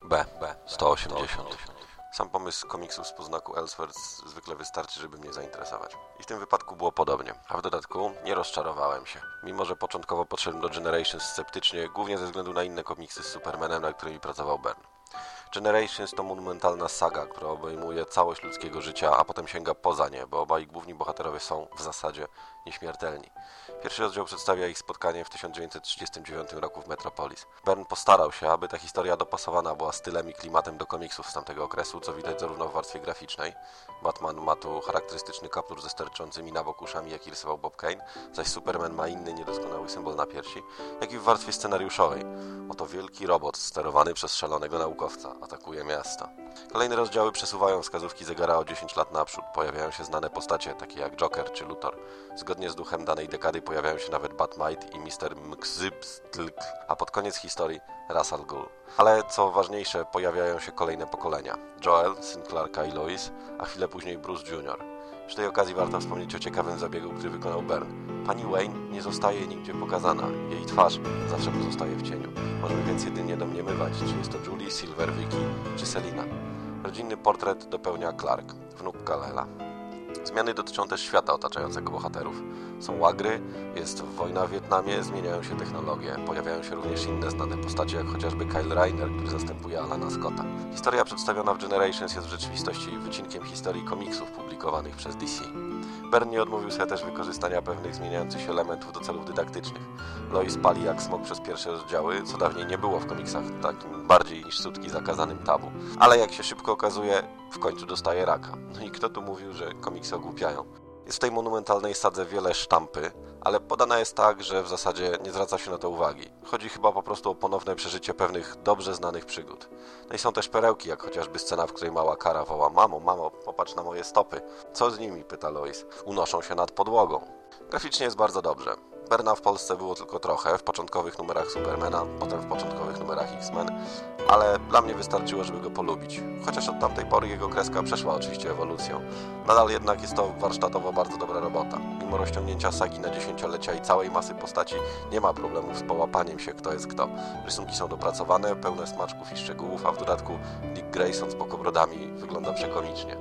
B. 180. Sam pomysł komiksów z poznaku Elseworlds zwykle wystarczy, żeby mnie zainteresować. I w tym wypadku było podobnie. A w dodatku nie rozczarowałem się. Mimo że początkowo podszedłem do Generations sceptycznie, głównie ze względu na inne komiksy z Supermanem, nad którymi pracował Byrne. Generations to monumentalna saga, która obejmuje całość ludzkiego życia, a potem sięga poza nie, bo obaj główni bohaterowie są w zasadzie nieśmiertelni. Pierwszy rozdział przedstawia ich spotkanie w 1939 roku w Metropolis. Byrne postarał się, aby ta historia dopasowana była stylem i klimatem do komiksów z tamtego okresu, co widać zarówno w warstwie graficznej. Batman ma tu charakterystyczny kaptur ze sterczącymi na bok uszami, jaki rysował Bob Kane, zaś Superman ma inny niedoskonały symbol na piersi, jak i w warstwie scenariuszowej. Oto wielki robot sterowany przez szalonego naukowca atakuje miasto. Kolejne rozdziały przesuwają wskazówki zegara o 10 lat naprzód. Pojawiają się znane postacie, takie jak Joker czy Luthor. Zgodnie z duchem danej dekady pojawiają się nawet Batmite i Mr. Mxyzptlk, a pod koniec historii Ra's al Ghul. Ale co ważniejsze, pojawiają się kolejne pokolenia. Joel, syn Clarka i Lois, a chwilę później Bruce Jr. Przy tej okazji warto wspomnieć o ciekawym zabiegu, który wykonał Byrne. Pani Wayne nie zostaje nigdzie pokazana. Jej twarz zawsze pozostaje w cieniu. Możemy więc jedynie domniemywać, czy jest to Julie, Silver, Vicky czy Selina. Rodzinny portret dopełnia Clark, wnuk Kal-Ela. Zmiany dotyczą też świata otaczającego bohaterów. Są łagry, jest wojna w Wietnamie, zmieniają się technologie. Pojawiają się również inne znane postacie, jak chociażby Kyle Rayner, który zastępuje Alana Scotta. Historia przedstawiona w Generations jest w rzeczywistości wycinkiem historii komiksów publikowanych przez DC. Byrne nie odmówił sobie też wykorzystania pewnych zmieniających się elementów do celów dydaktycznych. Lois pali jak smok przez pierwsze rozdziały, co dawniej nie było w komiksach takim bardziej niż sutki zakazanym tabu. Ale jak się szybko okazuje, w końcu dostaje raka. No i kto tu mówił, że komiksy ogłupiają? Jest w tej monumentalnej sadze wiele sztampy, ale podana jest tak, że w zasadzie nie zwraca się na to uwagi. Chodzi chyba po prostu o ponowne przeżycie pewnych dobrze znanych przygód. No i są też perełki, jak chociażby scena, w której mała Kara woła: Mamo, mamo, popatrz na moje stopy. Co z nimi? Pyta Lois. Unoszą się nad podłogą. Graficznie jest bardzo dobrze. Byrna w Polsce było tylko trochę, w początkowych numerach Supermana, potem w początkowych numerach X-Men, ale dla mnie wystarczyło, żeby go polubić. Chociaż od tamtej pory jego kreska przeszła oczywiście ewolucją. Nadal jednak jest to warsztatowo bardzo dobra robota. Mimo rozciągnięcia sagi na dziesięciolecia i całej masy postaci nie ma problemów z połapaniem się, kto jest kto. Rysunki są dopracowane, pełne smaczków i szczegółów, a w dodatku Dick Grayson z pokobrodami wygląda przekomicznie.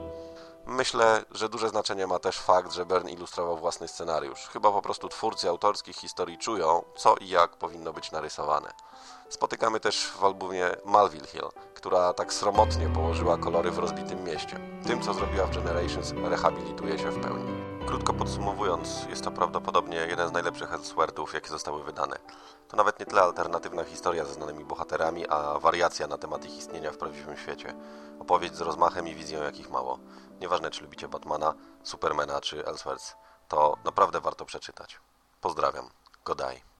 Myślę, że duże znaczenie ma też fakt, że Byrne ilustrował własny scenariusz. Chyba po prostu twórcy autorskich historii czują, co i jak powinno być narysowane. Spotykamy też w albumie Malville Hill, która tak sromotnie położyła kolory w rozbitym mieście. Tym, co zrobiła w Generations, rehabilituje się w pełni. Krótko podsumowując, jest to prawdopodobnie jeden z najlepszych Elseworldsów, jakie zostały wydane. To nawet nie tyle alternatywna historia ze znanymi bohaterami, a wariacja na temat ich istnienia w prawdziwym świecie. Opowieść z rozmachem i wizją, jakich mało. Nieważne, czy lubicie Batmana, Supermana czy Elseworlds, to naprawdę warto przeczytać. Pozdrawiam. Godaj.